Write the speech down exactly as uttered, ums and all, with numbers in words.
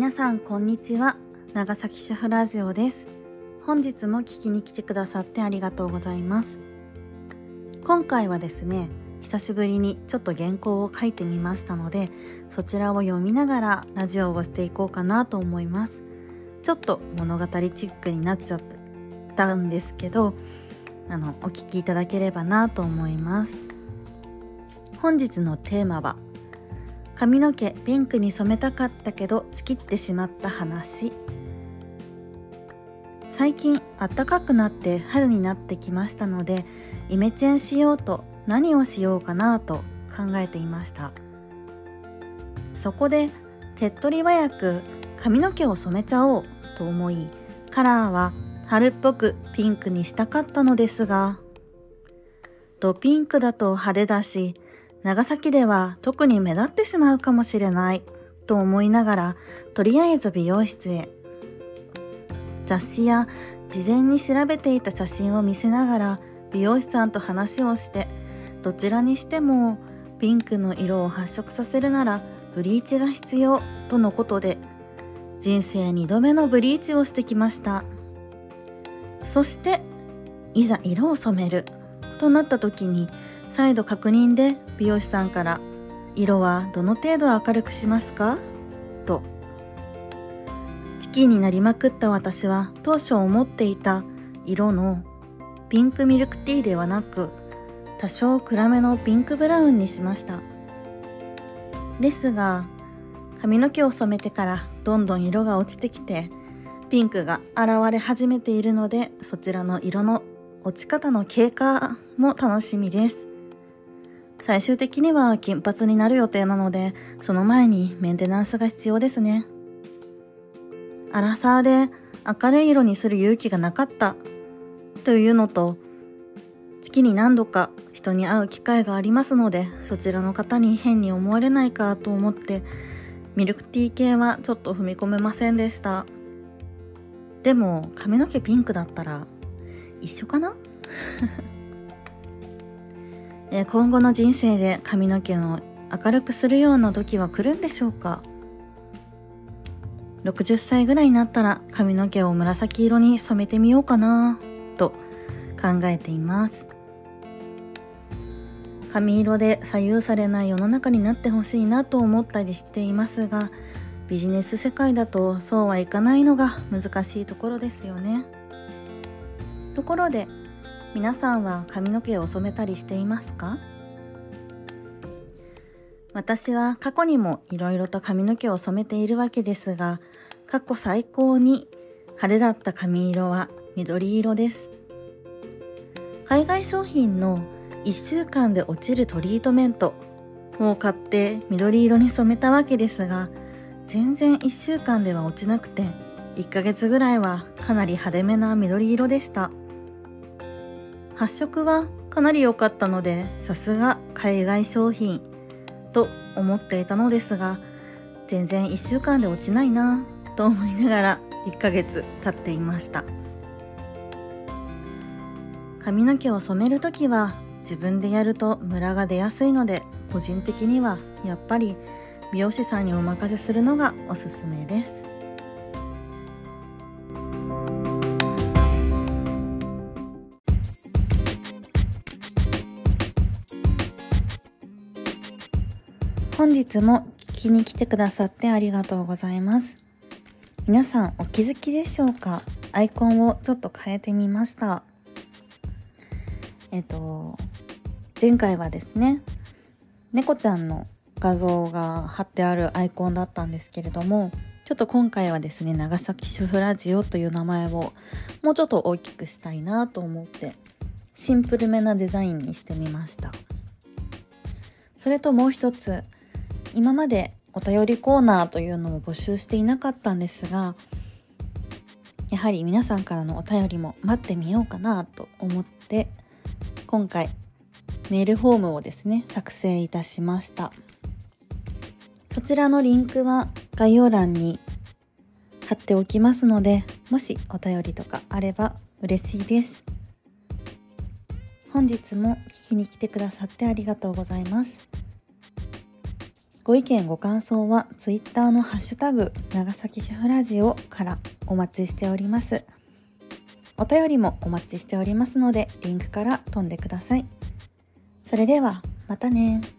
皆さんこんにちは。長崎主婦ラジオです。本日も聞きに来てくださってありがとうございます。今回はですね、久しぶりにちょっと原稿を書いてみましたので、そちらを読みながらラジオをしていこうかなと思います。ちょっと物語チックになっちゃったんですけど、あのお聞きいただければなと思います。本日のテーマは、髪の毛ピンクに染めたかったけどちぎってしまった話。最近暖かくなって春になってきましたので、イメチェンしようと何をしようかなと考えていました。そこで手っ取り早く髪の毛を染めちゃおうと思い、カラーは春っぽくピンクにしたかったのですが、ドピンクだと派手だし、長崎では特に目立ってしまうかもしれないと思いながら、とりあえず美容室へ。雑誌や事前に調べていた写真を見せながら美容師さんと話をして、どちらにしてもピンクの色を発色させるならブリーチが必要とのことで、人生にどめのブリーチをしてきました。そしていざ色を染めるとなった時に、再度確認で美容師さんから、色はどの程度明るくしますかと。チキンになりまくった私は当初思っていた色のピンクミルクティーではなく、多少暗めのピンクブラウンにしました。ですが髪の毛を染めてからどんどん色が落ちてきて、ピンクが現れ始めているので、そちらの色の落ち方の経過も楽しみです。最終的には金髪になる予定なので、その前にメンテナンスが必要ですね。アラサーで明るい色にする勇気がなかったというのと、月に何度か人に会う機会がありますので、そちらの方に変に思われないかと思って、ミルクティー系はちょっと踏み込めませんでした。でも髪の毛ピンクだったら一緒かな今後の人生で髪の毛の明るくするような時は来るんでしょうか。ろくじゅっさいぐらいになったら髪の毛を紫色に染めてみようかなと考えています。髪色で左右されない世の中になってほしいなと思ったりしていますが、ビジネス世界だとそうはいかないのが難しいところですよね。ところで皆さんは髪の毛を染めたりしていますか？私は過去にもいろいろと髪の毛を染めているわけですが、過去最高に派手だった髪色は緑色です。海外商品のいっしゅうかんで落ちるトリートメントを買って緑色に染めたわけですが、全然いっしゅうかんでは落ちなくて、いっかげつぐらいはかなり派手めな緑色でした。発色はかなり良かったので、さすが海外商品と思っていたのですが、全然いっしゅうかんで落ちないなと思いながらいっかげつ経っていました。髪の毛を染めるときは自分でやるとムラが出やすいので、個人的にはやっぱり美容師さんにお任せするのがおすすめです。本日も聞きに来てくださってありがとうございます。皆さんお気づきでしょうか？アイコンをちょっと変えてみました。えっと前回はですね、猫ちゃんの画像が貼ってあるアイコンだったんですけれども、ちょっと今回はですね、長崎主婦ラジオという名前をもうちょっと大きくしたいなと思って、シンプルめなデザインにしてみました。それともう一つ、今までお便りコーナーというのを募集していなかったんですが、やはり皆さんからのお便りも待ってみようかなと思って、今回メールフォームをですね作成いたしました。そちらのリンクは概要欄に貼っておきますので、もしお便りとかあれば嬉しいです。本日も聞きに来てくださってありがとうございます。 ご意見ご感想はツイッターのハッシュタグ長崎主婦ラジオからお待ちしております。お便りもお待ちしておりますのでリンクから飛んでください。それではまたね。